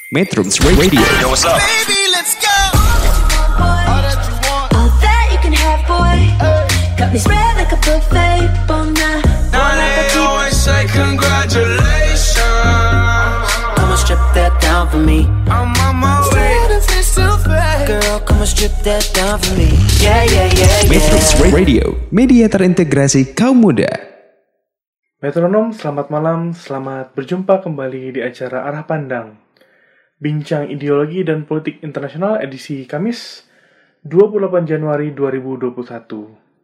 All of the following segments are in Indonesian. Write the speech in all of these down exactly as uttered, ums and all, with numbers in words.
Metrums Radio. Yo, what's up? Baby, let's go. All that you want, all that you can have, boy. Got me spread like a buffet, bon night. Now they always say congratulations. Come on, strip that down for me. I'm on my way. Girl, come on, strip that down for me. Yeah, yeah, yeah, yeah. Metrums Radio, media terintegrasi kaum muda. Metronom, selamat malam, selamat berjumpa kembali di acara Arah Pandang. Bincang Ideologi dan Politik Internasional edisi Kamis, dua puluh delapan Januari dua ribu dua puluh satu.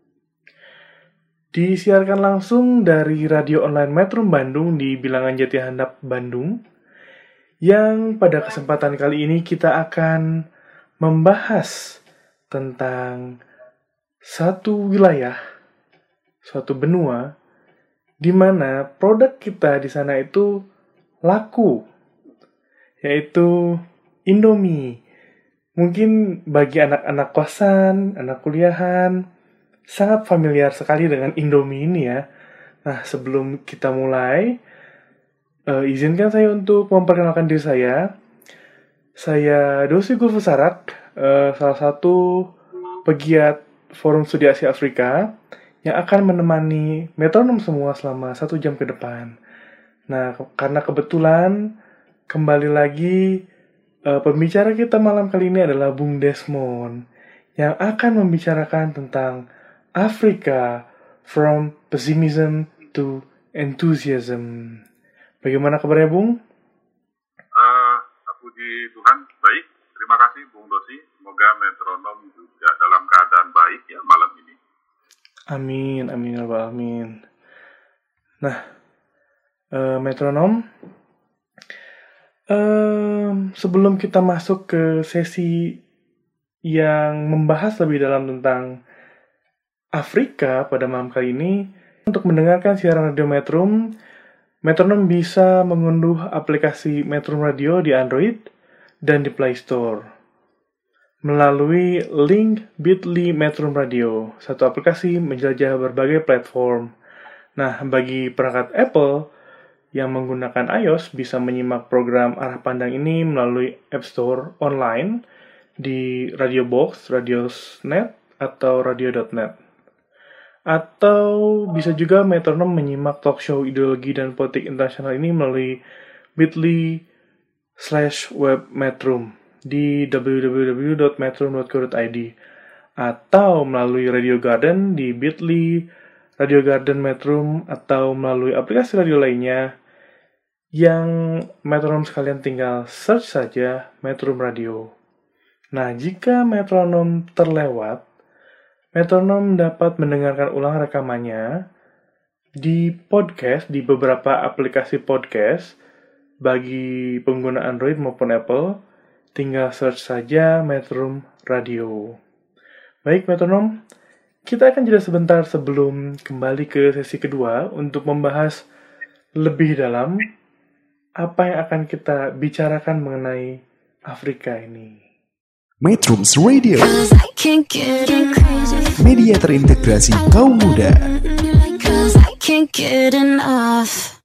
Disiarkan langsung dari radio online Metrum Bandung di Bilangan Jati Handap, Bandung, yang pada kesempatan kali ini kita akan membahas tentang satu wilayah, suatu benua, di mana produk kita di sana itu laku, yaitu Indomie. Mungkin bagi anak-anak kosan, anak kuliahan, sangat familiar sekali dengan Indomie ini ya. Nah, sebelum kita mulai, uh, izinkan saya untuk memperkenalkan diri saya. Saya Dosi Gulfusarak, uh, salah satu pegiat Forum Studi Asia Afrika, yang akan menemani metronom semua selama satu jam ke depan. Nah, ke- karena kebetulan kembali lagi uh, pembicara kita malam kali ini adalah Bung Desmond yang akan membicarakan tentang Afrika from pessimism to enthusiasm. Bagaimana kabarnya, Bung? Uh, puji Tuhan, baik. Terima kasih Bung Dosi. Semoga metronom juga dalam keadaan baik ya malam ini. Amin, amin, ya rabbal alamin. Nah, uh, metronom, um, sebelum kita masuk ke sesi yang membahas lebih dalam tentang Afrika pada malam kali ini, untuk mendengarkan siaran radio Metrum, metronom bisa mengunduh aplikasi Metrum Radio di Android dan di Play Store melalui link bit.ly Metrum Radio, satu aplikasi menjelajah berbagai platform. Nah, bagi perangkat Apple yang menggunakan iOS bisa menyimak program Arah Pandang ini melalui App Store online di Radio Box, Radiosnet, atau radio dot net. Atau bisa juga metronom menyimak talk show ideologi dan politik internasional ini melalui bit.ly slash web metrum di w w w dot metrum dot co dot i d atau melalui Radio Garden di bit.ly Radio Garden Metrum atau melalui aplikasi radio lainnya yang metronom sekalian tinggal search saja Metrum Radio. Nah, jika metronom terlewat, metronom dapat mendengarkan ulang rekamannya di podcast di beberapa aplikasi podcast bagi pengguna Android maupun Apple. Tinggal search saja Metrum Radio. Baik, metronom, kita akan jeda sebentar sebelum kembali ke sesi kedua untuk membahas lebih dalam apa yang akan kita bicarakan mengenai Afrika ini. Metrums Radio, Cause I can't get enough. media terintegrasi kaum muda. Cause I can't get enough.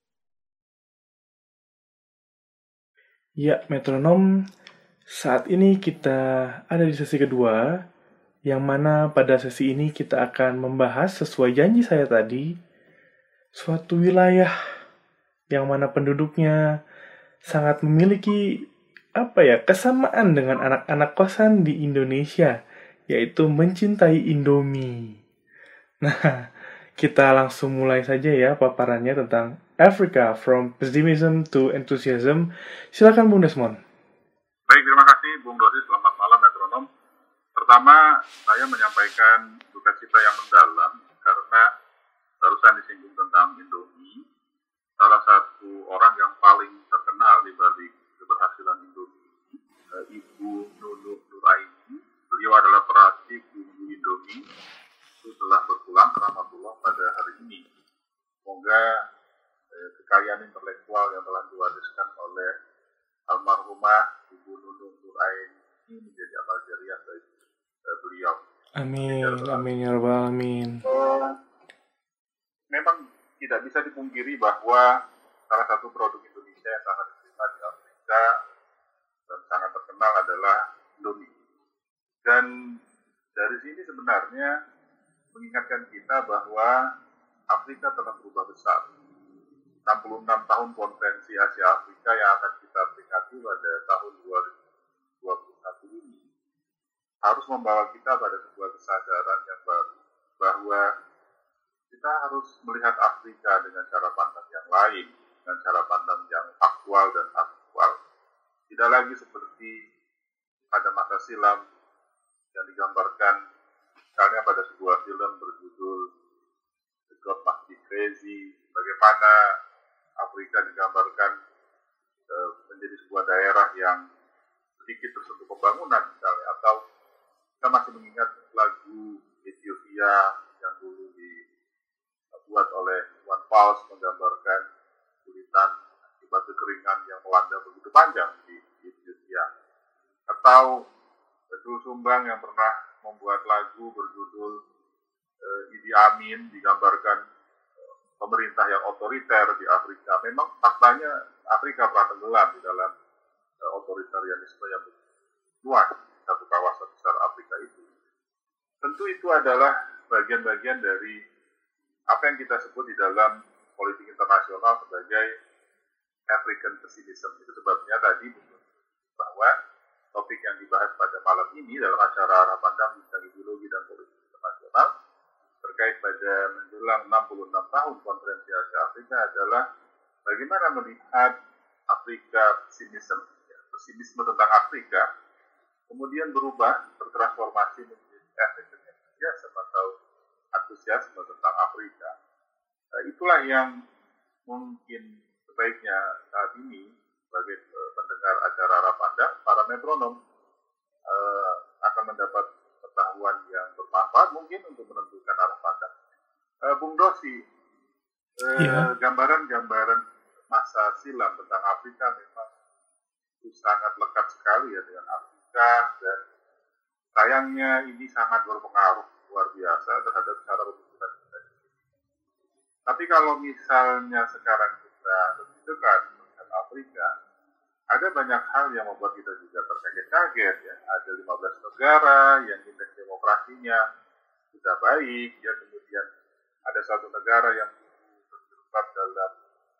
Ya, metronom, saat ini kita ada di sesi kedua, yang mana pada sesi ini kita akan membahas sesuai janji saya tadi, suatu wilayah yang mana penduduknya sangat memiliki apa ya kesamaan dengan anak-anak kosan di Indonesia, yaitu mencintai Indomie. Nah, kita langsung mulai saja ya paparannya tentang Africa from pessimism to enthusiasm. Silakan Bung Desmond. Baik, terima kasih Bung Dosi. Selamat malam metronom. Pertama, saya menyampaikan duka cita yang mendalam karena barusan disinggung tentang Indomie. Salah satu orang yang paling terkenal di balik keberhasilan Indomie, eh, Ibu Nunu Nuraini. Beliau adalah peracik bumbu Indomie. Itu telah berpulang ke rahmatullah pada hari ini. Semoga eh, kekayaan intelektual yang telah diwariskan oleh almarhumah Ibu Nunu Nuraini ini menjadi amal jariah bagi eh, beliau. Amin, amin ya rabbal alamin. Eh, memang tidak bisa dipungkiri bahwa salah satu produk Indonesia yang sangat diterima di Afrika adalah Indonesia. Dan dari sini sebenarnya mengingatkan kita bahwa Afrika telah berubah besar. enam puluh enam tahun konferensi Asia Afrika yang akan kita peringati pada tahun dua ribu dua puluh satu ini harus membawa kita pada sebuah kesadaran yang baru bahwa kita harus melihat Afrika dengan cara pandang yang lain, dengan cara pandang yang faktual dan aktual. Tidak lagi seperti pada masa silam yang digambarkan misalnya pada sebuah film berjudul The God Must Be Crazy, bagaimana Afrika digambarkan e, menjadi sebuah daerah yang sedikit tersentuh pembangunan misalnya, atau kita masih mengingat lagu Ethiopia yang dulu dibuat oleh Iwan Fals menggambarkan kesulitan akibat kekeringan yang melanda begitu panjang di Ethiopia, atau Doel Sumbang yang pernah membuat lagu berjudul e, Idi Amin digambarkan pemerintah yang otoriter di Afrika. Memang faktanya Afrika pernah tenggelam di dalam uh, otoritarianisme yang luas di satu kawasan besar Afrika itu. Tentu itu adalah bagian-bagian dari apa yang kita sebut di dalam politik internasional sebagai African pessimism. Itu sebabnya tadi bahwa topik yang dibahas pada malam ini dalam acara Arah Pandang Bincang Ideologi dan Politik Internasional terkait pada menjelang enam puluh enam tahun konferensi Asia Afrika adalah bagaimana melihat Afrika pesimisme, ya, pesimisme tentang Afrika, kemudian berubah, bertransformasi menjadi African enthusiasm atau antusiasme tentang Afrika. Nah, itulah yang mungkin sebaiknya saat ini sebagai uh, pendengar acara Arah Pandang, para metronom uh, akan mendapat pengetahuan yang bermanfaat mungkin untuk menentukan arah pandang. Uh, Bung Dosi, uh, yeah. gambaran-gambaran masa silam tentang Afrika memang itu sangat lekat sekali ya dengan Afrika, dan sayangnya ini sangat berpengaruh luar biasa terhadap cara pemikiran kita. Tapi kalau misalnya sekarang kita lebih dekat dengan Afrika, ada banyak hal yang membuat kita juga terkaget-kaget ya. Ada lima belas negara yang indeks demokrasinya sudah baik ya, kemudian ada satu negara yang terjebak dalam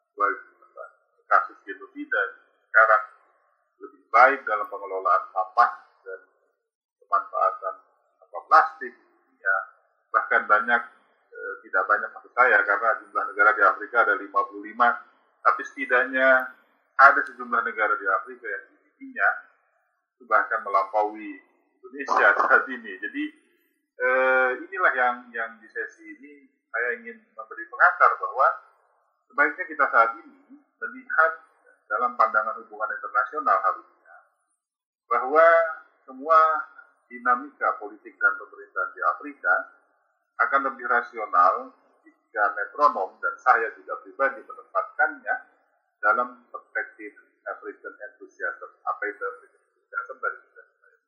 kasus genosida, sekarang lebih baik dalam pengelolaan sampah dan pemanfaatan sampah plastik ya. Bahkan banyak eh, tidak banyak maksud saya karena jumlah negara di Afrika ada lima puluh lima, tapi setidaknya ada sejumlah negara di Afrika yang G D P-nya bahkan melampaui Indonesia saat ini. Jadi eh, inilah yang yang di sesi ini saya ingin memberi pengantar bahwa sebaiknya kita saat ini melihat dalam pandangan hubungan internasional harusnya bahwa semua dinamika politik dan pemerintahan di Afrika akan lebih rasional jika metronom dan saya juga pribadi menempatkannya dalam perspektif African enthusiasm. Apa itu African enthusiasm dari kita?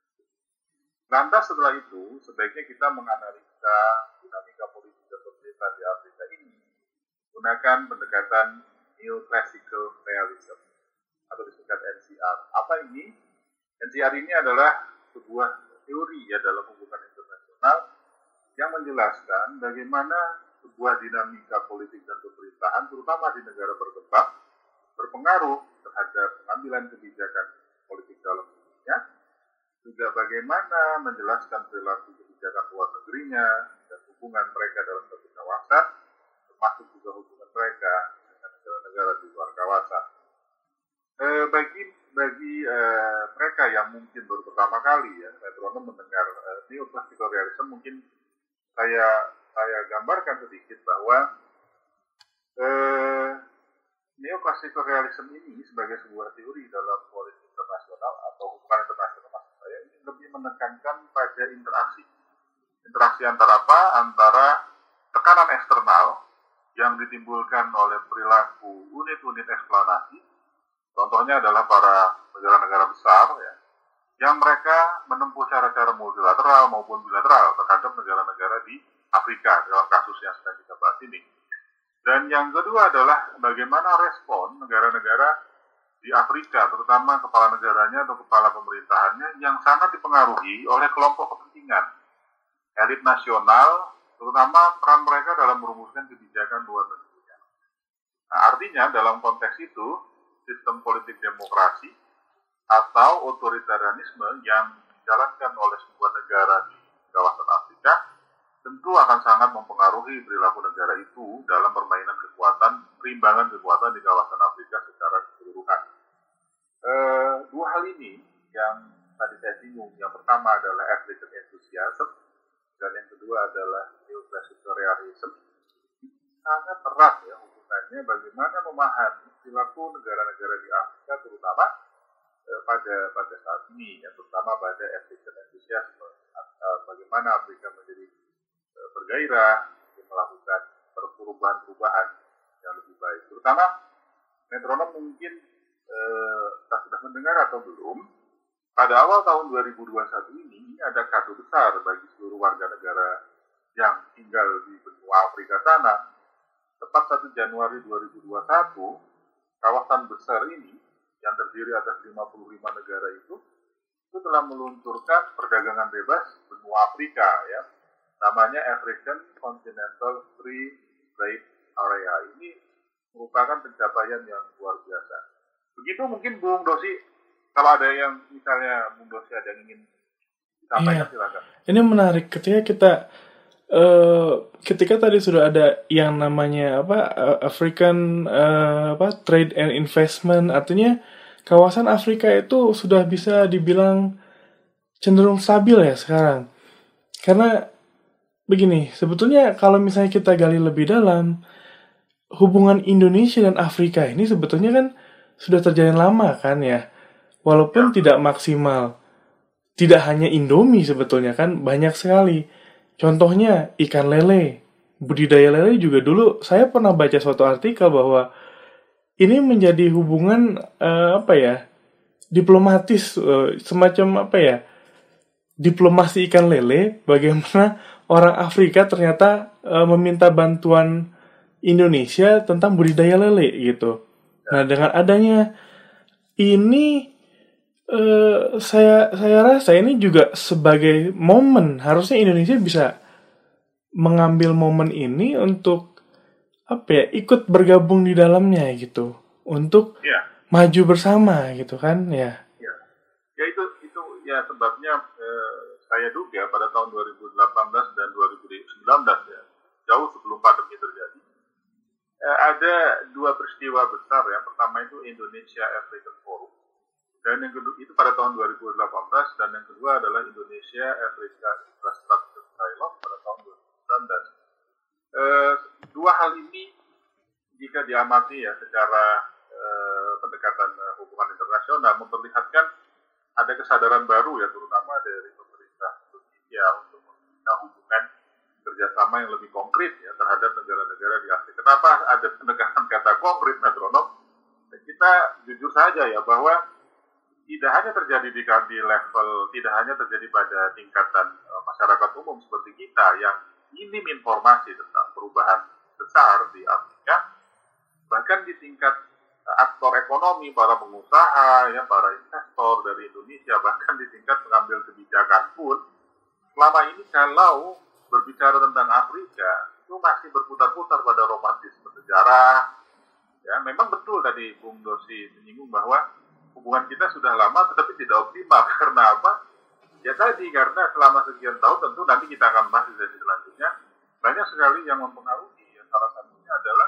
Lantas setelah itu, sebaiknya kita menganalisa dinamika politik dan pemerintahan di Afrika ini menggunakan pendekatan Neoclassical Realism atau disingkat N C R. Apa ini? N C R ini adalah sebuah teori ya dalam hubungan internasional yang menjelaskan bagaimana sebuah dinamika politik dan pemerintahan, terutama di negara berkembang, berpengaruh terhadap pengambilan kebijakan politik dalam negerinya, juga bagaimana menjelaskan perilaku kebijakan luar negerinya dan hubungan mereka dalam satu kawasan, termasuk juga hubungan mereka dengan negara-negara di luar kawasan. E, bagi bagi e, mereka yang mungkin baru pertama kali ya metronom mendengar e, Neoclassical Realism, mungkin saya saya gambarkan sedikit bahwa e, Neoclassical Realism ini sebagai sebuah teori dalam politik internasional atau hubungan internasional, maksud saya ini lebih menekankan pada interaksi. Interaksi antara apa? Antara tekanan eksternal yang ditimbulkan oleh perilaku unit-unit eksploitasi. Contohnya adalah para negara-negara besar ya, yang mereka menempuh cara-cara multilateral maupun bilateral terhadap negara-negara di Afrika dalam kasus yang sedang kita bahas ini. Dan yang kedua adalah bagaimana respon negara-negara di Afrika, terutama kepala negaranya atau kepala pemerintahannya yang sangat dipengaruhi oleh kelompok kepentingan, elit nasional, terutama peran mereka dalam merumuskan kebijakan luar negerinya. Nah, artinya dalam konteks itu, sistem politik demokrasi atau otoritarianisme yang dijalankan oleh sebuah negara di kawasan Afrika tentu akan sangat mempengaruhi perilaku negara itu dalam permainan kekuatan, perimbangan kekuatan di kawasan Afrika secara keseluruhan. E, dua hal ini yang tadi saya singgung, yang pertama adalah African enthusiasm dan yang kedua adalah neoclassical sangat erat ya hubungannya bagaimana memahami perilaku negara-negara di Afrika terutama eh, pada pada saat ini, ya, terutama pada African enthusiasm, eh, bagaimana Afrika menjadi eh, bergairah untuk melakukan perubahan-perubahan yang lebih baik, terutama metronom mungkin eh, tak sudah mendengar atau belum. Pada awal tahun dua ribu dua puluh satu ini, ini ada kado besar bagi seluruh warga negara yang tinggal di benua Afrika sana. Tepat satu Januari dua ribu dua puluh satu, kawasan besar ini yang terdiri atas lima puluh lima negara itu, itu telah meluncurkan perdagangan bebas benua Afrika, ya. Namanya African Continental Free Trade Area. Ini merupakan pencapaian yang luar biasa. Begitu mungkin Bung Dosi. Kalau ada yang misalnya Bung Dosi ada yang ingin disampaikan, iya, silakan. Ini menarik ketika kita uh, ketika tadi sudah ada yang namanya apa African uh, apa Trade and Investment, artinya kawasan Afrika itu sudah bisa dibilang cenderung stabil ya sekarang. Karena begini, sebetulnya kalau misalnya kita gali lebih dalam, hubungan Indonesia dan Afrika ini sebetulnya kan sudah terjalin lama kan ya. Walaupun tidak maksimal, tidak hanya Indomie sebetulnya kan, banyak sekali. Contohnya ikan lele, budidaya lele juga dulu saya pernah baca suatu artikel bahwa ini menjadi hubungan uh, apa ya, diplomatis, uh, semacam apa ya, diplomasi ikan lele, bagaimana orang Afrika ternyata uh, meminta bantuan Indonesia tentang budidaya lele gitu. Nah dengan adanya ini, Uh, saya saya rasa ini juga sebagai momen, harusnya Indonesia bisa mengambil momen ini untuk apa ya, ikut bergabung di dalamnya gitu, untuk ya. maju bersama gitu kan ya. Ya, ya itu itu ya sebabnya eh, saya duga pada tahun dua ribu delapan belas dan dua ribu sembilan belas ya, jauh sebelum pandemi terjadi, eh, ada dua peristiwa besar. Yang pertama itu Indonesia African Forum. Dan yang kedua itu pada tahun dua ribu delapan belas, dan yang kedua adalah Indonesia Africa Infrastructure Dialogue pada tahun dua ribu sembilan belas. E, dua hal ini jika diamati ya secara e, pendekatan hubungan internasional memperlihatkan ada kesadaran baru ya, terutama dari pemerintah Indonesia untuk membina hubungan kerjasama yang lebih konkret ya terhadap negara-negara di Afrika. Kenapa ada pendekatan kata konkret, metronom? Kita jujur saja ya bahwa tidak hanya terjadi di, di level, tidak hanya terjadi pada tingkatan uh, masyarakat umum seperti kita yang minim informasi tentang perubahan besar di Afrika, bahkan di tingkat uh, aktor ekonomi, para pengusaha, ya, para investor dari Indonesia, bahkan di tingkat pengambil kebijakan pun, selama ini kalau berbicara tentang Afrika, itu masih berputar-putar pada romantisme sejarah. Ya, memang betul tadi Bung Dosi menyinggung bahwa hubungan kita sudah lama tetapi tidak optimal. Karena apa? Ya tadi, karena selama sekian tahun tentu nanti kita akan bahas di sesi selanjutnya, banyak sekali yang mempengaruhi. Ya, salah satunya adalah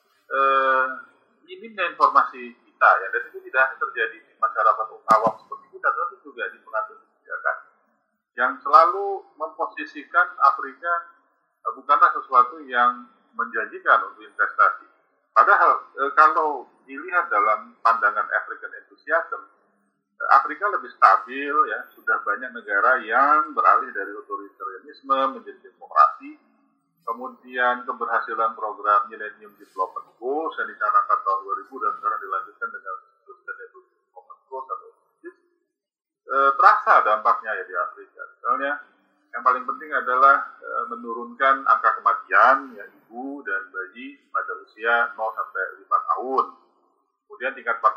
eh, minimnya informasi kita ya, dan itu tidak hanya terjadi di masyarakat awam seperti kita, tetapi juga di pengambil kebijakan yang selalu memposisikan Afrika eh, bukanlah sesuatu yang menjanjikan untuk investasi. Padahal eh, kalau dilihat dalam pandangan African enthusiasm, Afrika lebih stabil ya, sudah banyak negara yang beralih dari otoritarianisme menjadi demokrasi. Kemudian keberhasilan program Millennium Development Goals yang dicanangkan tahun dua ribu dan sekarang dilanjutkan dengan Sustainable Development Goals atau S D Gs, e, terasa dampaknya ya di Afrika. Misalnya yang paling penting adalah e, menurunkan angka kematian ya ibu dan bayi pada usia nol sampai lima tahun. Kemudian tingkat partisipasi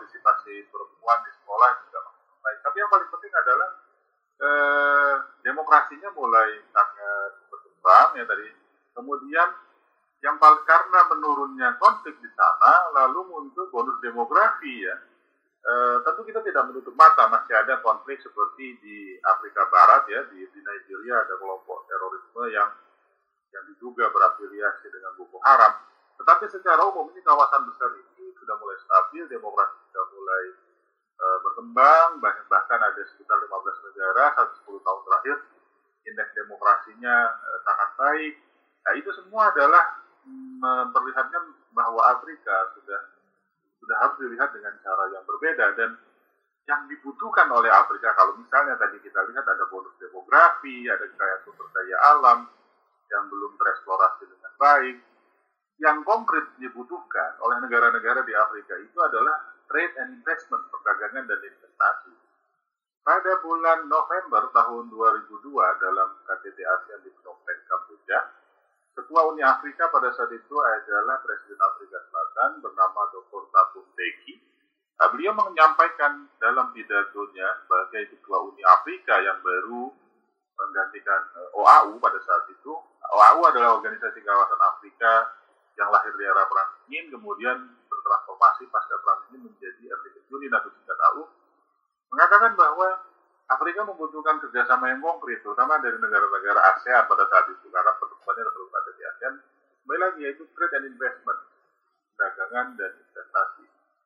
partisipasi perempuan di sekolah juga makin baik. Tapi yang paling penting adalah eh, demokrasinya mulai sangat berkembang ya tadi. Kemudian yang paling karena menurunnya konflik di sana, lalu muncul bonus demografi ya. E, tentu kita tidak menutup mata, masih ada konflik seperti di Afrika Barat ya, di, di Nigeria ada kelompok terorisme yang yang diduga berafiliasi dengan Boko Haram. Tetapi secara umum ini kawasan besar ini sudah mulai stabil, demokrasi sudah mulai e, berkembang, bahkan ada sekitar lima belas negara satu sepuluh tahun terakhir indeks demokrasinya e, sangat baik. Nah itu semua adalah memperlihatkan bahwa Afrika sudah sudah harus dilihat dengan cara yang berbeda, dan yang dibutuhkan oleh Afrika kalau misalnya tadi kita lihat ada bonus demografi, ada kekayaan sumber daya alam yang belum tereksplorasi dengan baik, yang konkret dibutuhkan oleh negara-negara di Afrika itu adalah trade and investment, perdagangan dan investasi. Pada bulan November tahun dua ribu dua dalam K T T ASEAN di Phnom Penh, Kamboja, Ketua Uni Afrika pada saat itu adalah Presiden Afrika Selatan bernama Doktor Thabo Mbeki. Nah, beliau menyampaikan dalam pidatonya sebagai Ketua Uni Afrika yang baru menggantikan O A U pada saat itu. O A U adalah organisasi kawasan Afrika yang lahir di era Perang Dingin, kemudian bertransformasi pasca Perang Dingin menjadi African Union atau singkat A U, mengatakan bahwa Afrika membutuhkan kerjasama yang konkret, terutama dari negara-negara ASEAN pada saat itu, karena pertumbuhannya terus ada di ASEAN. Kembali lagi yaitu trade and investment, perdagangan dan investasi.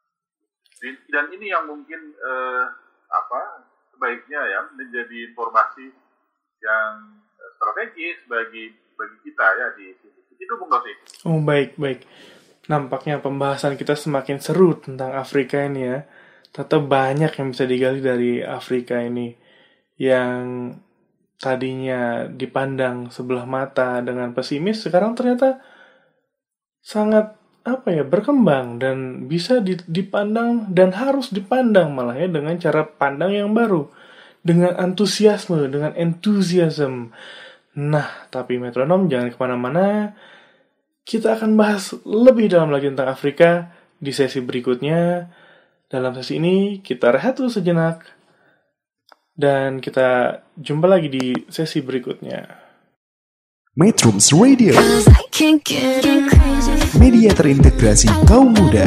Dan ini yang mungkin eh, apa sebaiknya ya menjadi informasi yang strategis bagi bagi kita ya di sini. Itu Bung Dosi. Oh baik baik. Nampaknya pembahasan kita semakin seru tentang Afrika ini ya. Tetap banyak yang bisa digali dari Afrika ini yang tadinya dipandang sebelah mata dengan pesimis, sekarang ternyata sangat apa ya berkembang dan bisa dipandang dan harus dipandang malah ya dengan cara pandang yang baru, dengan antusiasme, dengan enthusiasm. Nah, tapi metronom jangan kemana-mana. Kita akan bahas lebih dalam lagi tentang Afrika di sesi berikutnya. Dalam sesi ini kita rehat dulu sejenak dan kita jumpa lagi di sesi berikutnya. Metrums Radio, media terintegrasi kaum muda.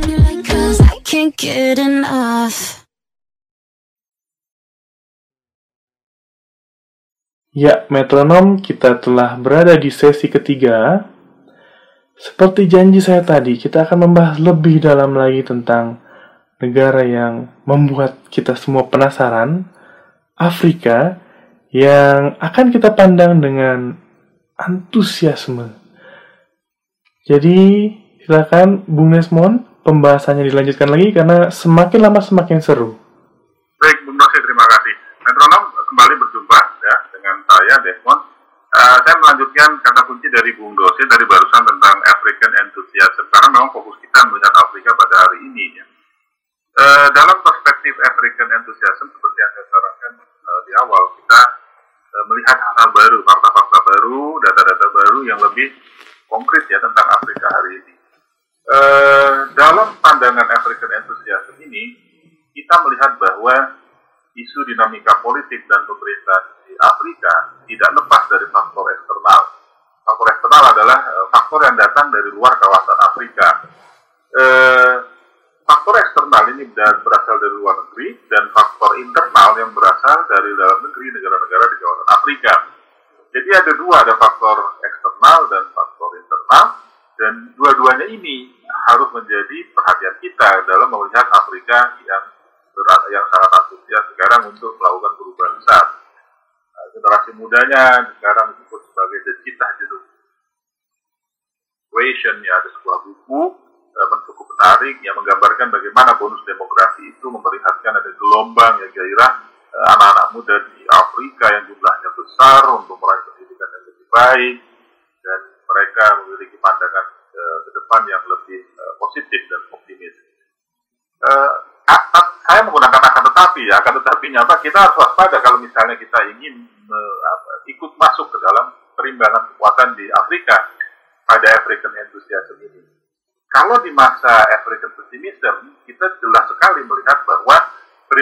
Ya, metronom, kita telah berada di sesi ketiga. Seperti janji saya tadi, kita akan membahas lebih dalam lagi tentang negara yang membuat kita semua penasaran, Afrika, yang akan kita pandang dengan antusiasme. Jadi, silakan Bung Desmond, pembahasannya dilanjutkan lagi karena semakin lama semakin seru. Baik, Bung Dosi, terima kasih. Metronom kembali berjumpa ya dengan saya, Desmond. Uh, saya melanjutkan kata kunci dari Bung Dosi tadi barusan tentang African enthusiasm, karena memang fokus kita melihat Afrika pada hari ini ya. Uh, dalam perspektif African enthusiasm seperti yang saya sarankan uh, di awal, kita uh, melihat hal-hal baru, fakta-fakta baru, data-data baru yang lebih konkret ya tentang Afrika hari ini. Uh, dalam pandangan African enthusiasm ini, kita melihat bahwa isu dinamika politik dan pemerintahan di Afrika tidak lepas dari faktor eksternal. Faktor eksternal adalah uh, faktor yang datang dari luar kawasan Afrika. Uh, Faktor eksternal ini berasal dari luar negeri dan faktor internal yang berasal dari dalam negeri negara-negara di kawasan Afrika. Jadi ada dua, ada faktor eksternal dan faktor internal, dan dua-duanya ini harus menjadi perhatian kita dalam melihat Afrika yang yang sangat antusias sekarang untuk melakukan perubahan besar. Nah, generasi mudanya sekarang disebut sebagai the Citah Generation, ya ada sebuah buku cukup menarik yang menggambarkan bagaimana bonus demografi itu memperlihatkan ada gelombang yang gairah eh, anak-anak muda di Afrika yang jumlahnya besar untuk meraih pendidikan yang lebih baik, dan mereka memiliki pandangan eh, ke depan yang lebih eh, positif dan optimis. Eh, saya menggunakan akan tetapi ya, akan tetapinya apa? Kita harus waspada kalau misalnya kita ingin eh, apa, ikut masuk ke dalam perimbangan kekuatan di Afrika pada African enthusiasm ini. Kalau di masa African pessimism, kita jelas sekali melihat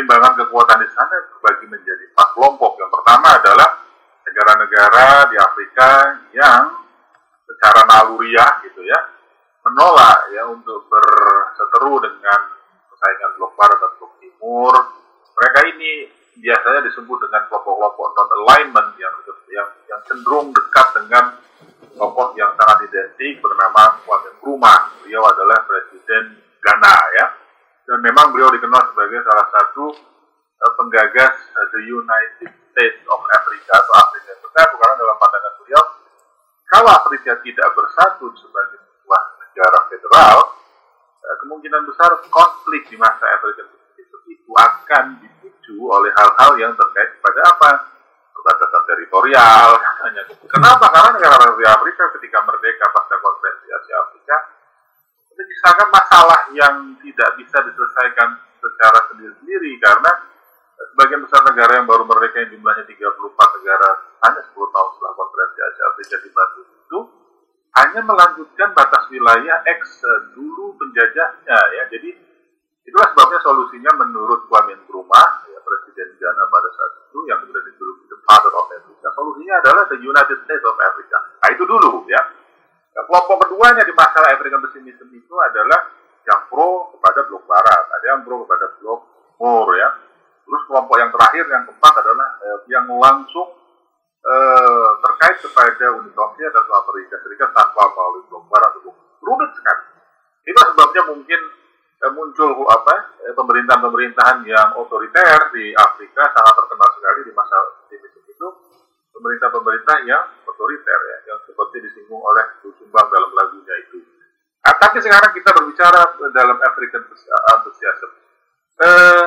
keseimbangan kekuatan di sana terbagi menjadi empat kelompok. Yang pertama adalah negara-negara di Afrika yang secara naluriah gitu ya menolak ya untuk berseteru dengan persaingan blok barat dan blok timur. Mereka ini biasanya disebut dengan kelompok-kelompok non-alignment yang, yang yang cenderung dekat dengan tokoh yang sangat identik bernama Kwame Nkrumah. Beliau adalah presiden Ghana ya, dan memang beliau dikenal sebagai salah satu uh, penggagas uh, the United States of Africa atau Afrika yang bersatu, karena dalam pandangan beliau kalau Afrika tidak bersatu sebagai sebuah negara federal, uh, kemungkinan besar konflik di masa Afrika itu akan dipicu oleh hal-hal yang terkait pada apa? Perbatasan teritorial. Kenapa? Karena negara-negara di Afrika ketika merdeka pasca konferensi Asia Afrika menyisakan masalah yang tidak bisa diselesaikan secara sendiri-sendiri, karena sebagian besar negara yang baru merdeka yang jumlahnya tiga puluh empat negara hanya sepuluh tahun setelah konferensi Asia Afrika di Bandung itu hanya melanjutkan batas wilayah ex dulu penjajahnya ya. Jadi itulah sebabnya solusinya menurut Kwame Nkrumah ya, presiden Ghana pada saat itu yang kemudian dijuluki the father of Africa, solusinya adalah the United States of Africa. Nah itu dulu ya. Nah, kelompok keduanya di masalah African pessimism itu adalah yang pro kepada blok barat, ada yang pro kepada blok timur ya. Terus kelompok yang terakhir yang keempat adalah eh, yang langsung eh, terkait kepada Uni Soviet atau Amerika Serikat tanpa melalui blok barat atau blok rumit sekali. Itu sebabnya mungkin eh, muncul apa eh, pemerintahan-pemerintahan yang otoriter di Afrika sangat terkenal sekali di masa pessimism itu, pemerintah-pemerintah yang otoriter ya, yang seperti disinggung oleh Sumbang dalam lagunya itu. Nah, tapi sekarang kita berbicara dalam African enthusiasm. Eh,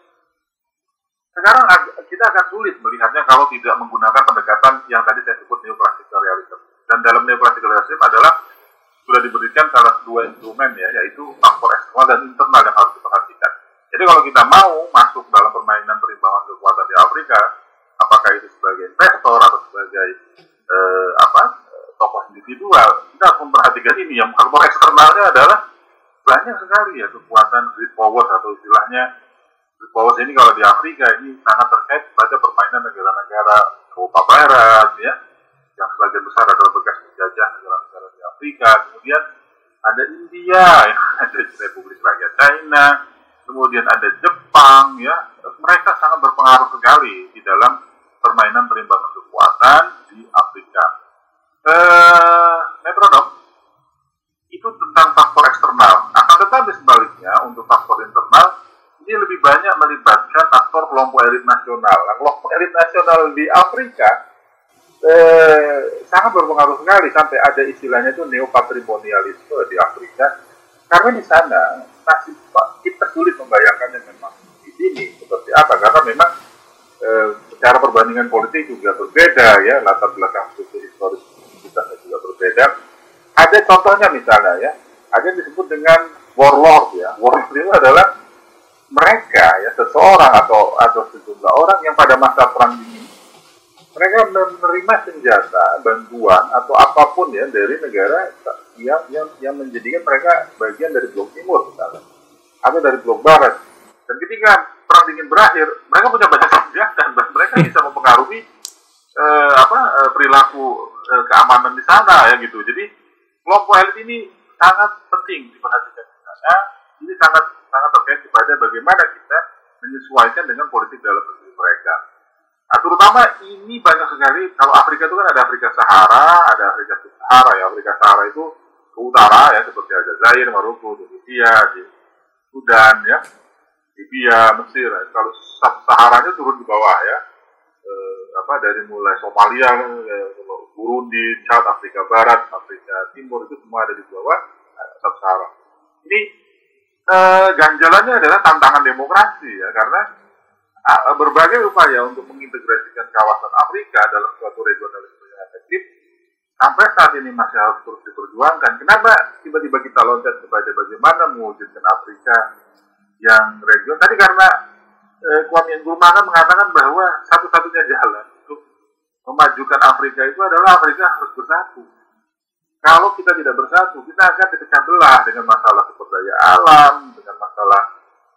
sekarang kita akan sulit melihatnya kalau tidak menggunakan pendekatan yang tadi saya sebut neoclassical realism. Dan dalam neoclassical realism adalah sudah diberikan salah dua instrumen ya, yaitu faktor eksternal dan internal yang harus diperhatikan. Jadi kalau kita mau masuk dalam permainan perimbangan kekuatan di Afrika, apakah itu sebagai investor atau sebagai eh, apa tokoh individual, kita harus memperhatikan ini. Yang faktor eksternalnya adalah banyak sekali ya kekuatan great powers atau istilahnya great powers ini kalau di Afrika ini sangat terkait pada permainan negara-negara Eropa Barat ya, yang sebagian besar adalah bekas penjajah negara-negara di Afrika. Kemudian ada India, ya, ada Republik Rakyat China, kemudian ada Jepang ya, mereka sangat berpengaruh sekali di dalam permainan perimbangan kekuatan di Afrika. Eh, metronom itu tentang faktor eksternal. Akan tetapi sebaliknya untuk faktor internal ini lebih banyak melibatkan aktor kelompok elit nasional. Nah, kelompok elit nasional di Afrika eh, sangat berpengaruh sekali, sampai ada istilahnya itu neopatrimonialisme di Afrika. Karena di sana masih kita sulit membayangkannya memang di sini seperti apa, karena memang eh, secara perbandingan politik juga berbeda ya, latar belakang struktur historis kita juga berbeda. Ada contohnya misalnya ya, ada yang disebut dengan warlord ya. Warlord itu adalah mereka ya, seseorang atau atau sejumlah orang yang pada masa perang dingin mereka menerima senjata, bantuan atau apapun ya dari negara yang yang yang menjadikan mereka bagian dari blok timur misalnya, atau dari blok barat. Dan ketika perang dingin berakhir, mereka punya banyak senjata dan mereka bisa mempengaruhi eh, apa eh, perilaku eh, keamanan di sana ya gitu. Jadi kelompok elit ini sangat penting diperhatikan di sana. Ini sangat sangat terkait kepada bagaimana kita menyesuaikan dengan politik dalam negeri mereka. Nah, terutama ini banyak sekali, kalau Afrika itu kan ada Afrika Sahara, ada Afrika Sahara ya. Afrika Sahara itu ke utara ya, seperti Aljazair, Maroko, Tunisia, di Sudan ya, Libya, Mesir. Ya. Kalau Sub-Saharanya turun di bawah ya, e, apa dari mulai Somalia, e, Burundi, Chad, Afrika Barat, Afrika Timur, itu semua ada di bawah eh, Sub-Sahara. Ini e, ganjalannya adalah tantangan demokrasi ya, karena berbagai upaya untuk mengintegrasikan kawasan Afrika dalam suatu regionalisme yang efektif sampai saat ini masih harus terus diperjuangkan. Kenapa tiba-tiba kita loncat kepada bagaimana mewujudkan Afrika yang regional? Tadi karena eh, Kwame Nkrumah mengatakan bahwa satu-satunya jalan untuk memajukan Afrika itu adalah Afrika harus bersatu. Kalau kita tidak bersatu, kita akan dipecah belah dengan masalah sumber daya alam, dengan masalah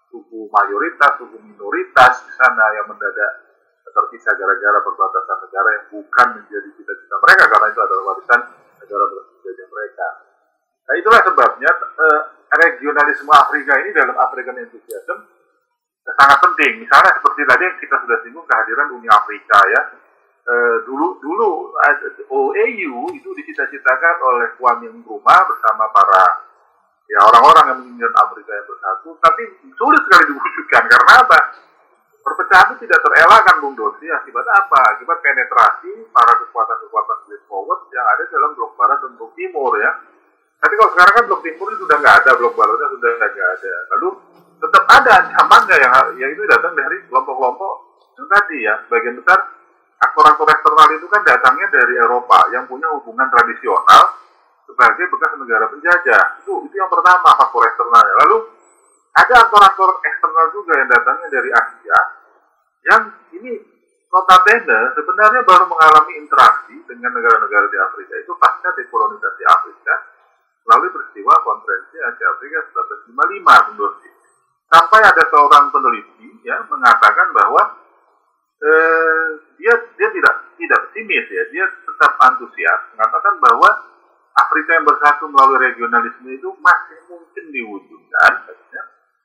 suku mayoritas, suku minoritas di sana yang mendadak terpisah gara-gara perbatasan negara yang bukan menjadi cita-cita mereka, karena itu adalah warisan negara bersejarah mereka. Nah, itulah sebabnya eh, regionalisme Afrika ini dalam African Enthusiasm eh, sangat penting. Misalnya seperti tadi yang kita sudah singgung kehadiran Uni Afrika ya. Eh, dulu dulu O A U itu dicita-citakan oleh Kwame Nkrumah bersama para ya orang-orang yang menginginkan Afrika yang bersatu, tapi sulit sekali diwujudkan. Karena apa? Perpecahan itu tidak terelakkan, Bung Dosi. Akibat apa? Akibat penetrasi para kekuatan-kekuatan split forward yang ada dalam blok barat dan blok timur ya. Tapi kalau sekarang kan blok timur itu sudah nggak ada, blok baratnya sudah nggak ada. Lalu tetap ada ancamannya yang, yang itu datang dari kelompok-kelompok yang tadi ya. Sebagian besar aktor-aktor eksternal itu kan datangnya dari Eropa yang punya hubungan tradisional sebagai bekas negara penjajah. Itu itu yang pertama, faktor eksternalnya. Lalu ada aktor-aktor eksternal juga yang datangnya dari Asia yang ini notabene sebenarnya baru mengalami interaksi dengan negara-negara di Afrika itu pasca dekolonisasi Afrika melalui peristiwa konferensi Asia Afrika seribu sembilan ratus lima puluh lima, Bung Dosi. Sampai ada seorang peneliti ya mengatakan bahwa eh, dia dia tidak tidak pesimis ya, dia tetap antusias mengatakan bahwa Afrika yang bersatu melalui regionalisme itu masih mungkin diwujudkan. Ya.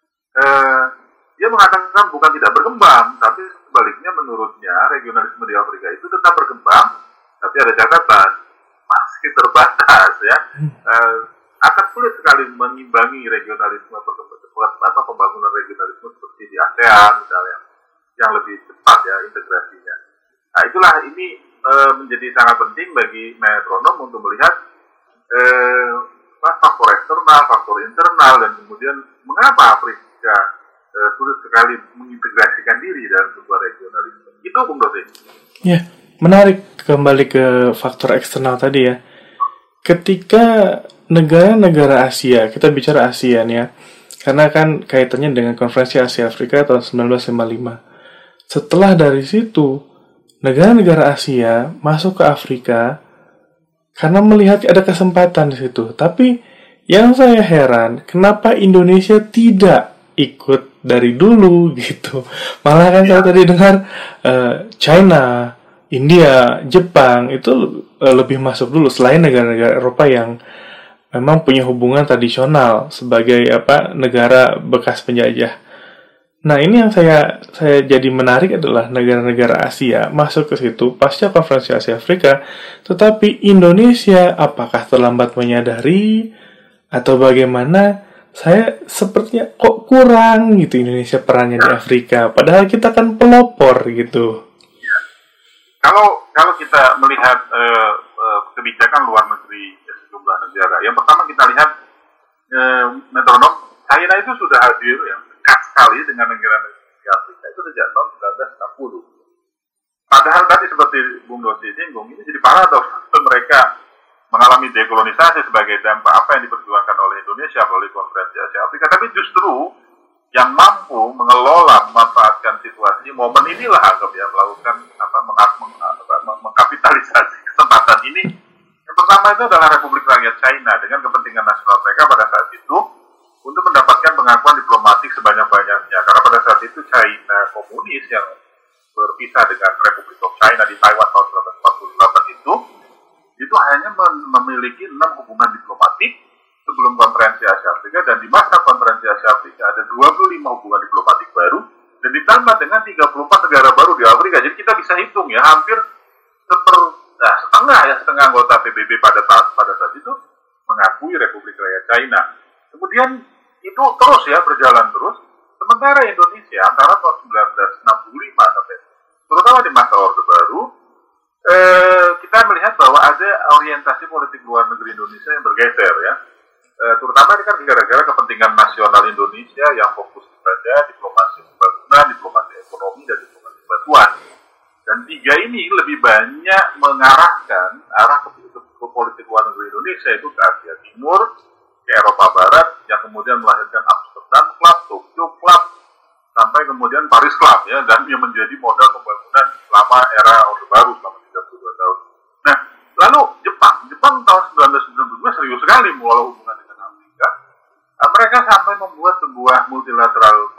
Eh, dia mengatakan bukan tidak berkembang, tapi sebaliknya menurutnya regionalisme di Afrika itu tetap berkembang, tapi ada catatan masih terbatas ya. Eh, akan sulit sekali mengimbangi regionalisme atau pembangunan regionalisme seperti di ASEAN misalnya, yang lebih cepat ya integrasinya. Nah itulah ini eh, menjadi sangat penting bagi metronom untuk melihat eh, faktor eksternal, faktor internal, dan kemudian mengapa Afrika eh, sulit sekali mengintegrasikan diri dalam sebuah regionalisme. Itu Bung Dosi. Ya, menarik kembali ke faktor eksternal tadi ya. Ketika negara-negara Asia, kita bicara ASEAN ya, karena kan kaitannya dengan konferensi Asia Afrika tahun seribu sembilan ratus lima puluh lima. Setelah dari situ, negara-negara Asia masuk ke Afrika karena melihat ada kesempatan di situ. Tapi yang saya heran, kenapa Indonesia tidak ikut dari dulu gitu. Malah kan saya tadi dengar uh, China, India, Jepang itu uh, lebih masuk dulu selain negara-negara Eropa yang memang punya hubungan tradisional sebagai apa negara bekas penjajah. Nah, ini yang saya saya jadi menarik adalah negara-negara Asia masuk ke situ pasca konferensi Asia Afrika, tetapi Indonesia apakah terlambat menyadari atau bagaimana? Saya sepertinya kok kurang gitu Indonesia perannya di Afrika, padahal kita kan pelopor gitu. Ya. Kalau kalau kita melihat uh, uh, kebijakan luar negeri sejumlah negara, yang pertama kita lihat uh, metronom China itu sudah hadir yang dekat sekali dengan negara-negara di Afrika itu sejak tahun seribu sembilan ratus enam puluh. Padahal tadi seperti Bung Dosi singgung, ini jadi paradoks mereka mengalami dekolonisasi sebagai dampak apa yang diperjuangkan oleh Indonesia melalui konferensi Asia Afrika, tapi justru yang mampu mengelola, memanfaatkan situasi momen inilah anggap ya melakukan apa mengkapitalisasi kesempatan ini. Yang pertama itu adalah Republik Rakyat China dengan kepentingan nasional mereka pada saat itu untuk mendapatkan pengakuan diplomatik sebanyak-banyaknya, karena pada saat itu China komunis yang berpisah dengan Republik of China di Taiwan tahun seribu sembilan ratus empat puluh delapan itu itu hanya memiliki enam hubungan diplomatik sebelum konferensi Asia Afrika, dan di masa konferensi Asia Afrika ada dua puluh lima hubungan diplomatik baru dan ditambah dengan tiga puluh empat negara baru di Afrika. Jadi kita bisa hitung ya hampir seper, nah, setengah ya setengah anggota P B B pada saat pada saat itu mengakui Republik Rakyat China. Kemudian itu terus ya berjalan terus. Sementara Indonesia antara tahun seribu sembilan ratus enam puluh lima sampai terutama di masa Orde Baru, Eh, kita melihat bahwa ada orientasi politik luar negeri Indonesia yang bergeser ya, eh, terutama ini kan gara-gara kepentingan nasional Indonesia yang fokus pada diplomasi pembangunan, diplomasi ekonomi, dan diplomasi bantuan. Dan tiga ini lebih banyak mengarahkan arah ke, ke, ke politik luar negeri Indonesia itu ke Asia Timur, ke Eropa Barat, yang kemudian melahirkan Amsterdam Club, Tokyo Club, sampai kemudian Paris Club ya, dan yang menjadi modal pembangunan selama era Orde Baru selama tiga puluh dua tahun. Nah, lalu Jepang, Jepang tahun seribu sembilan ratus sembilan puluh dua serius sekali mulai hubungan dengan Amerika. Nah, mereka sampai membuat sebuah multilateral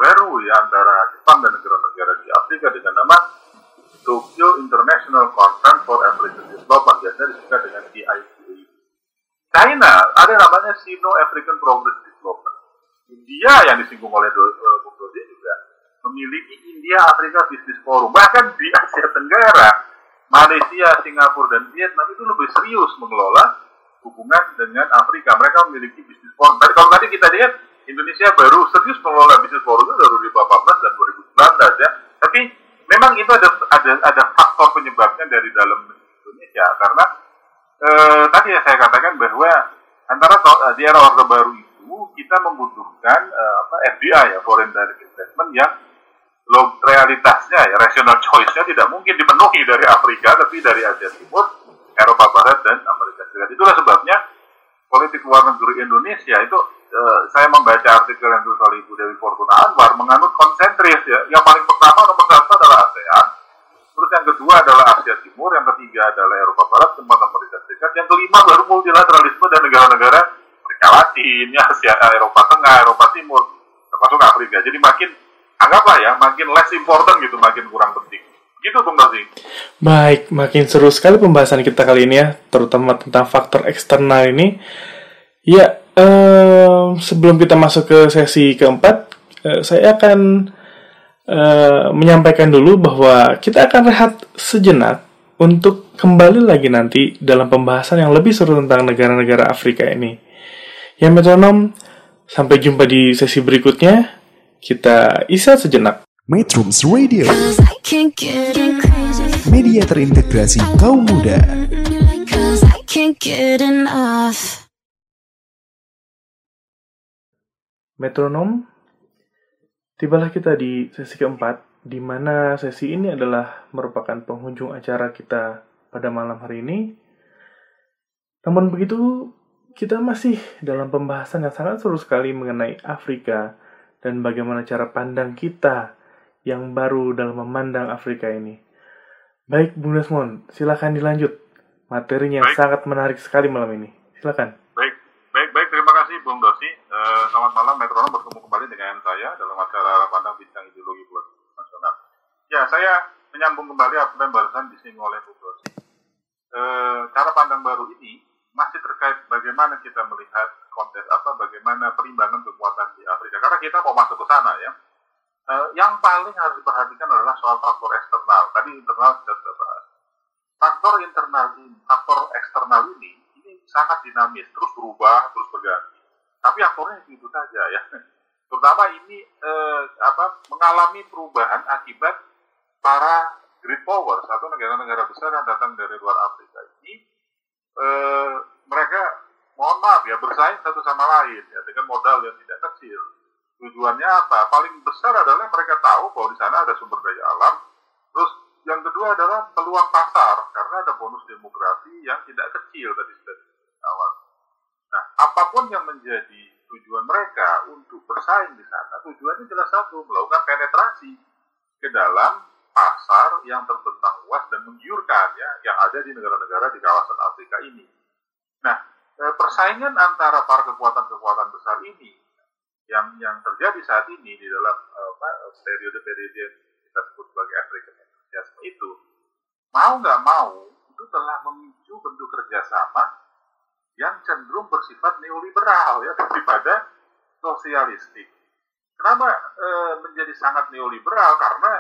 baru ya antara Jepang dan negara-negara di Afrika dengan nama Tokyo International Conference for African Development, biasanya disingkat dengan T I C A. China ada namanya Sino-African Progress Development. India yang disinggung oleh Bung Dodi juga memiliki India Afrika Business Forum. Bahkan di Asia Tenggara, Malaysia, Singapura, dan Vietnam itu lebih serius mengelola hubungan dengan Afrika. Mereka memiliki Business Forum. Tadi kalau tadi kita lihat Indonesia baru serius mengelola Business Forum itu baru dua ribu delapan belas dan dua ribu sembilan belas ya. Tapi memang itu ada ada ada faktor penyebabnya dari dalam Indonesia karena eh, tadi ya saya katakan bahwa antara di era Orde Baru itu kita membutuhkan eh, apa F D I ya, Foreign Direct Investment yang lo, realitasnya ya rational choice-nya tidak mungkin dipenuhi dari Afrika tapi dari Asia Timur, Eropa Barat dan Amerika Serikat. Itulah sebabnya politik luar negeri Indonesia itu eh, saya membaca artikel yang ditulis oleh Ibu Dewi Fortuna Anwar menganut konsentris ya. Yang paling pertama nomor satu adalah ASEAN, terus yang kedua adalah Asia Timur, yang ketiga adalah Eropa Barat, keempat Amerika Serikat, yang kelima baru multilateralisme dan negara-negara Amerika Latin, ya, Asia, Eropa Tengah, Eropa Timur, termasuk Afrika. Jadi makin anggaplah ya makin less important gitu, makin kurang penting. Gitu Bung Rosi. Baik, makin seru sekali pembahasan kita kali ini ya, terutama tentang faktor eksternal ini. Ya, eh, sebelum kita masuk ke sesi keempat, eh, saya akan eh, menyampaikan dulu bahwa kita akan rehat sejenak untuk kembali lagi nanti dalam pembahasan yang lebih seru tentang negara-negara Afrika ini. Ya metronom, sampai jumpa di sesi berikutnya. Kita istirahat sejenak. Metrums Radio, media terintegrasi kaum muda. Metronom, tibalah kita di sesi keempat, di mana sesi ini adalah merupakan penghujung acara kita pada malam hari ini. Namun begitu, kita masih dalam pembahasan yang sangat seru sekali mengenai Afrika dan bagaimana cara pandang kita yang baru dalam memandang Afrika ini. Baik, Bung Desmond, silakan dilanjut. Materinya yang Baik. sangat menarik sekali malam ini. Silakan. Baik, baik, baik. Terima kasih Bung Dosi. Uh, selamat malam, Metronom bertemu kembali dengan saya dalam acara Arah Pandang Bincang Ideologi Buat Nasional. Ya, saya menyambung kembali apa yang barusan disinggung oleh Bung Dosi. Uh, cara pandang baru ini masih terkait bagaimana kita melihat konteks apa, bagaimana perimbangan kekuatan di Afrika. Karena kita mau masuk ke sana ya. Uh, yang paling harus diperhatikan adalah soal faktor eksternal. Tadi internal sudah kita bahas. Faktor internal ini, faktor eksternal ini, ini sangat dinamis, terus berubah, terus berganti. Tapi aktornya itu saja ya. Terutama ini eh, apa mengalami perubahan akibat para great powers atau negara-negara besar yang datang dari luar Afrika ini. Eh, mereka mohon maaf ya bersaing satu sama lain ya dengan modal yang tidak kecil. Tujuannya apa? Paling besar adalah mereka tahu bahwa di sana ada sumber daya alam. Terus yang kedua adalah peluang pasar karena ada bonus demografi yang tidak kecil tadi sudah disebut awal. Nah, apapun yang menjadi tujuan mereka untuk bersaing di sana, tujuannya jelas satu, melakukan penetrasi ke dalam pasar yang terbentang luas dan menggiurkan ya, yang ada di negara-negara di kawasan Afrika ini. Nah, persaingan antara para kekuatan-kekuatan besar ini yang yang terjadi saat ini di dalam apa, periode-periode yang kita sebut sebagai African enthusiasm itu, mau nggak mau itu telah memicu bentuk kerjasama yang cenderung bersifat neoliberal ya daripada sosialistik. Kenapa e, menjadi sangat neoliberal? Karena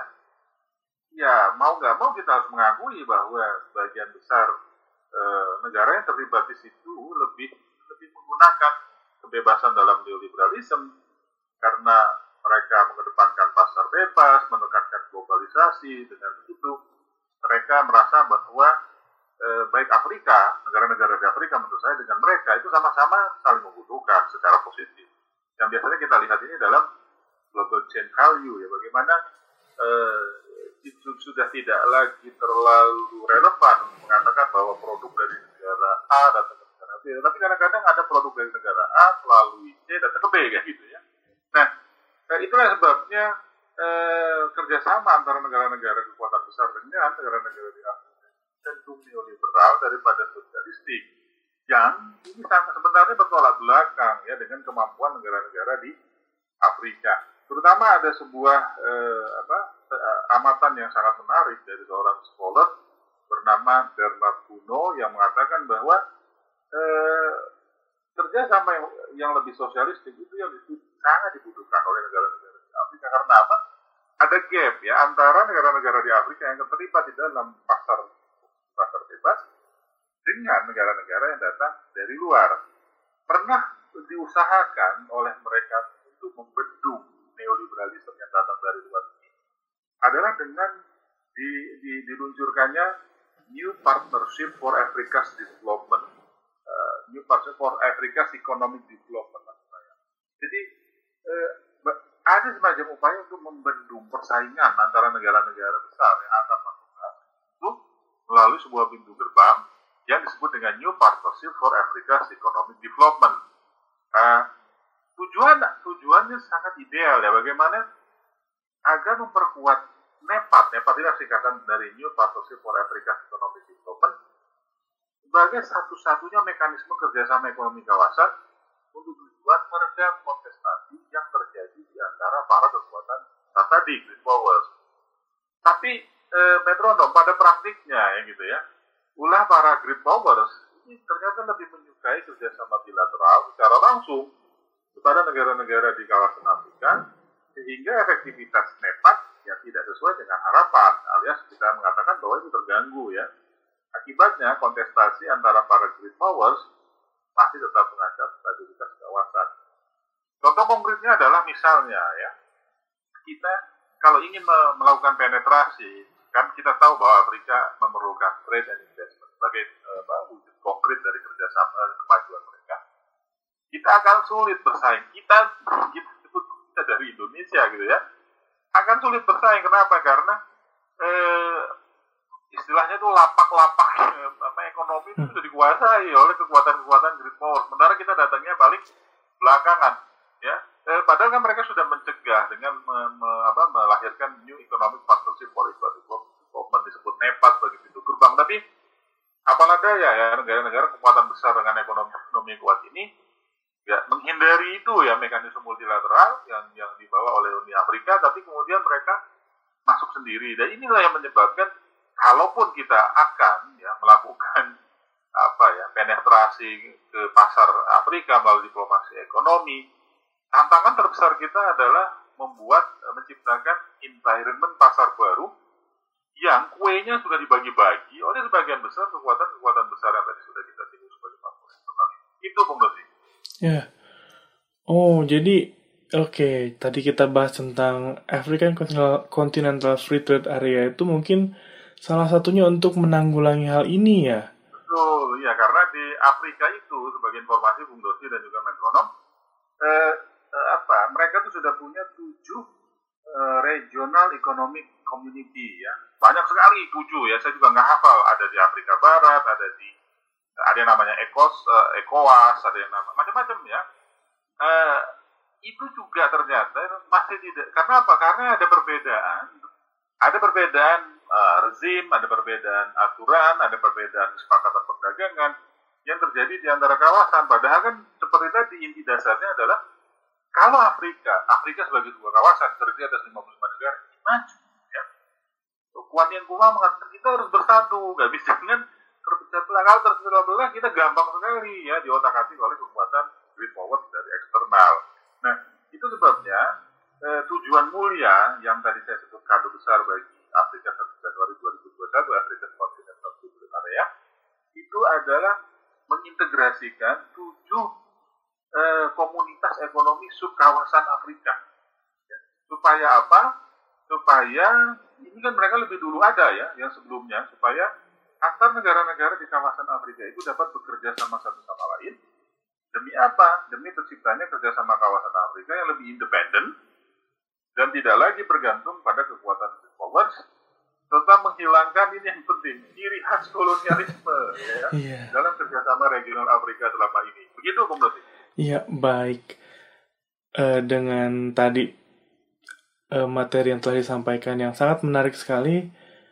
ya mau nggak mau kita harus mengakui bahwa sebagian besar e, negara yang terlibat di situ lebih lebih menggunakan kebebasan dalam neoliberalisme karena mereka mengedepankan pasar bebas, menekankan globalisasi. Dengan begitu mereka merasa bahwa Eh, baik Afrika, negara-negara di Afrika menurut saya dengan mereka itu sama-sama saling membutuhkan secara positif. Yang biasanya kita lihat ini dalam global chain value ya, bagaimana eh, itu sudah tidak lagi terlalu relevan untuk mengatakan bahwa produk dari negara A datang ke negara B, tapi kadang-kadang ada produk dari negara A melalui C datang ke B kayak gitu ya. Nah, eh, itulah sebabnya eh, kerjasama antara negara-negara kekuatan besar dengan negara-negara di Afrika cenderung neoliberal daripada sosialistik yang ini sebenarnya bertolak belakang ya dengan kemampuan negara-negara di Afrika. Terutama ada sebuah eh, apa, eh, amatan yang sangat menarik dari seorang scholar bernama Bernard Kuno yang mengatakan bahwa eh, kerjasama yang, yang lebih sosialistik itu yang sangat dibutuhkan oleh negara-negara di Afrika. Karena apa? Ada gap ya antara negara-negara di Afrika yang terlibat di dalam pasar pasar bebas dengan negara-negara yang datang dari luar. Pernah diusahakan oleh mereka untuk membendung neoliberalisme yang datang dari luar ini adalah dengan di, di, diluncurkannya New Partnership for Africa's Development, uh, New Partnership for Africa's Economic Development. Jadi uh, ada semacam upaya untuk membendung persaingan antara negara-negara besar yang akan masuk ke Afrika itu melalui sebuah pintu gerbang yang disebut dengan New Partnership for Africa's Economic Development. Uh, Tujuan tujuannya sangat ideal ya, bagaimana agar memperkuat NEPAD, NEPAD itu singkatan dari New Partnership for Africa's Economic Development, sebagai satu-satunya mekanisme kerjasama ekonomi kawasan untuk tujuan meredam kontestasi yang terjadi di antara para kekuatan tadi, Great Powers. Tapi eh, metronom pada praktiknya ya gitu ya, ulah para Great Powers ini ternyata lebih menyukai kerjasama bilateral secara langsung kepada negara-negara di kawasan Afrika, sehingga efektivitas NEPAD ya tidak sesuai dengan harapan, alias kita mengatakan bahwa itu terganggu ya. Akibatnya kontestasi antara para great powers masih tetap mengancam stabilitas kawasan. Contoh konkretnya adalah misalnya ya, kita kalau ingin melakukan penetrasi, kan kita tahu bahwa Afrika memerlukan trade and investment sebagai uh, wujud konkret dari kerjasama dan kemajuan mereka. Kita akan sulit bersaing. Kita, kita, kita dari Indonesia gitu ya, akan sulit bersaing. Kenapa? Karena eh, istilahnya itu lapak-lapak eh, apa, ekonomi itu sudah dikuasai oleh kekuatan-kekuatan great power. Sementara kita datangnya paling belakangan. Ya, eh, padahal kan mereka sudah mencegah dengan me, me, apa, melahirkan New Economic Partnership for Development, disebut NEPAD bagi pintu gerbang. Tapi apalah daya ya, negara-negara kekuatan besar dengan ekonomi ekonomi kuat ini ya menghindari itu ya mekanisme multilateral yang yang dibawa oleh Uni Afrika, tapi kemudian mereka masuk sendiri. Dan inilah yang menyebabkan kalaupun kita akan ya melakukan apa ya penetrasi ke pasar Afrika melalui diplomasi ekonomi, tantangan terbesar kita adalah membuat menciptakan environment pasar baru yang kuenya sudah dibagi-bagi oleh sebagian besar kekuatan-kekuatan besar yang tadi sudah kita singgung sebagai faktor eksternal. Itu Bung Dosi. Ya, oh jadi oke okay. Tadi kita bahas tentang African Continental Free Trade Area itu mungkin salah satunya untuk menanggulangi hal ini ya. Betul, ya karena di Afrika itu sebagai informasi Bung Dosi dan juga metronom, eh, eh, apa mereka tuh sudah punya tujuh eh, regional economic community ya, banyak sekali tujuh ya. Saya juga nggak hafal, ada di Afrika Barat, ada di ada yang namanya Ecos, uh, ECOWAS, ada yang nama macam-macam ya. Uh, itu juga ternyata masih tidak. Karena apa? Karena ada perbedaan, ada perbedaan uh, rezim, ada perbedaan aturan, ada perbedaan kesepakatan perdagangan yang terjadi di antara kawasan. Padahal kan seperti tadi inti dasarnya adalah kalau Afrika, Afrika sebagai sebuah kawasan terdiri atas lima puluh lima negara, maju. Ya. Kuat yang kuat mengatakan kita harus bersatu, nggak bisa dengan terpecah belah. Kalau terpecah belah kita gampang sekali ya diotak-atik oleh kekuatan great power dari eksternal. Nah itu sebabnya eh, tujuan mulia yang tadi saya sebut kado besar bagi Afrika satu Januari dua ribu dua puluh satu, Afrika Continental Free Trade Area, itu adalah mengintegrasikan tujuh eh, komunitas ekonomi subkawasan Afrika. Ya. Supaya apa? Supaya ini kan mereka lebih dulu ada ya yang sebelumnya, supaya antar negara-negara di kawasan Afrika itu dapat bekerja sama satu sama lain. Demi apa? Demi terciptanya kerjasama kawasan Afrika yang lebih independen dan tidak lagi bergantung pada kekuatan powers, serta menghilangkan ini yang penting, ciri khas kolonialisme ya, yeah. dalam kerjasama regional Afrika selama ini. Begitu, Bung Dosi? Iya, baik. Uh, dengan tadi uh, materi yang telah disampaikan yang sangat menarik sekali,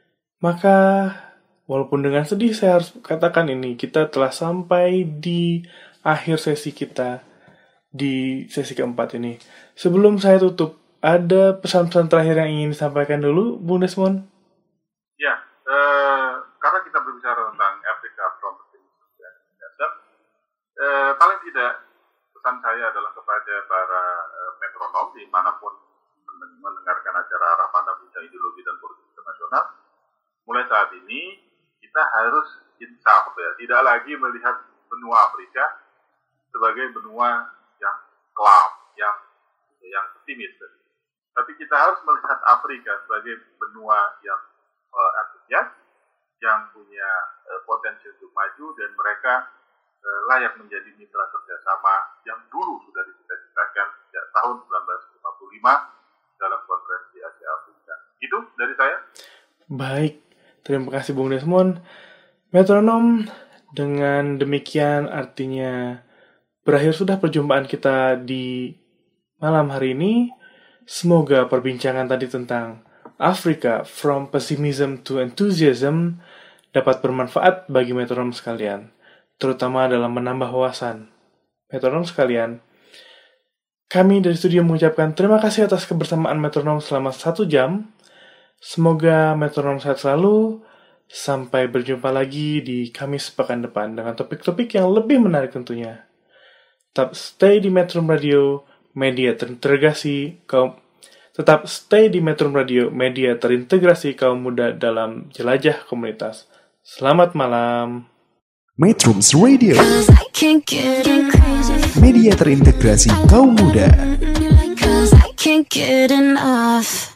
maka walaupun dengan sedih saya harus katakan ini, kita telah sampai di akhir sesi kita di sesi keempat ini. Sebelum saya tutup ada pesan-pesan terakhir yang ingin disampaikan dulu, Bung Desmond? Ya, eh, karena kita berbicara tentang Africa from Pessimism, eh, paling tidak pesan saya adalah kepada para eh, metronom dimanapun mendengarkan acara Rapanda Puncak Ideologi dan Politik Internasional. Mulai saat ini kita harus insaf ya, tidak lagi melihat benua Afrika sebagai benua yang kelam, yang yang pesimis. Tapi kita harus melihat Afrika sebagai benua yang uh, antusias, yang punya uh, potensi untuk maju, dan mereka uh, layak menjadi mitra kerjasama yang dulu sudah dicita-citakan sejak tahun seribu sembilan ratus lima puluh lima dalam konferensi Asia Afrika. Itu dari saya. Baik, terima kasih Bung Desmond. Metronom, dengan demikian artinya berakhir sudah perjumpaan kita di malam hari ini. Semoga perbincangan tadi tentang Africa from Pessimism to Enthusiasm dapat bermanfaat bagi metronom sekalian, terutama dalam menambah wawasan. Metronom sekalian, kami dari studio mengucapkan terima kasih atas kebersamaan metronom selama satu jam. Semoga metronom sehat selalu. Sampai berjumpa lagi di Kamis pekan depan dengan topik-topik yang lebih menarik tentunya. Tetap stay di Metro Radio, media terintegrasi kaum tetap stay di Metro Radio, media terintegrasi kaum muda dalam jelajah komunitas. Selamat malam. Metro Radio, media terintegrasi kaum muda. Can't get enough.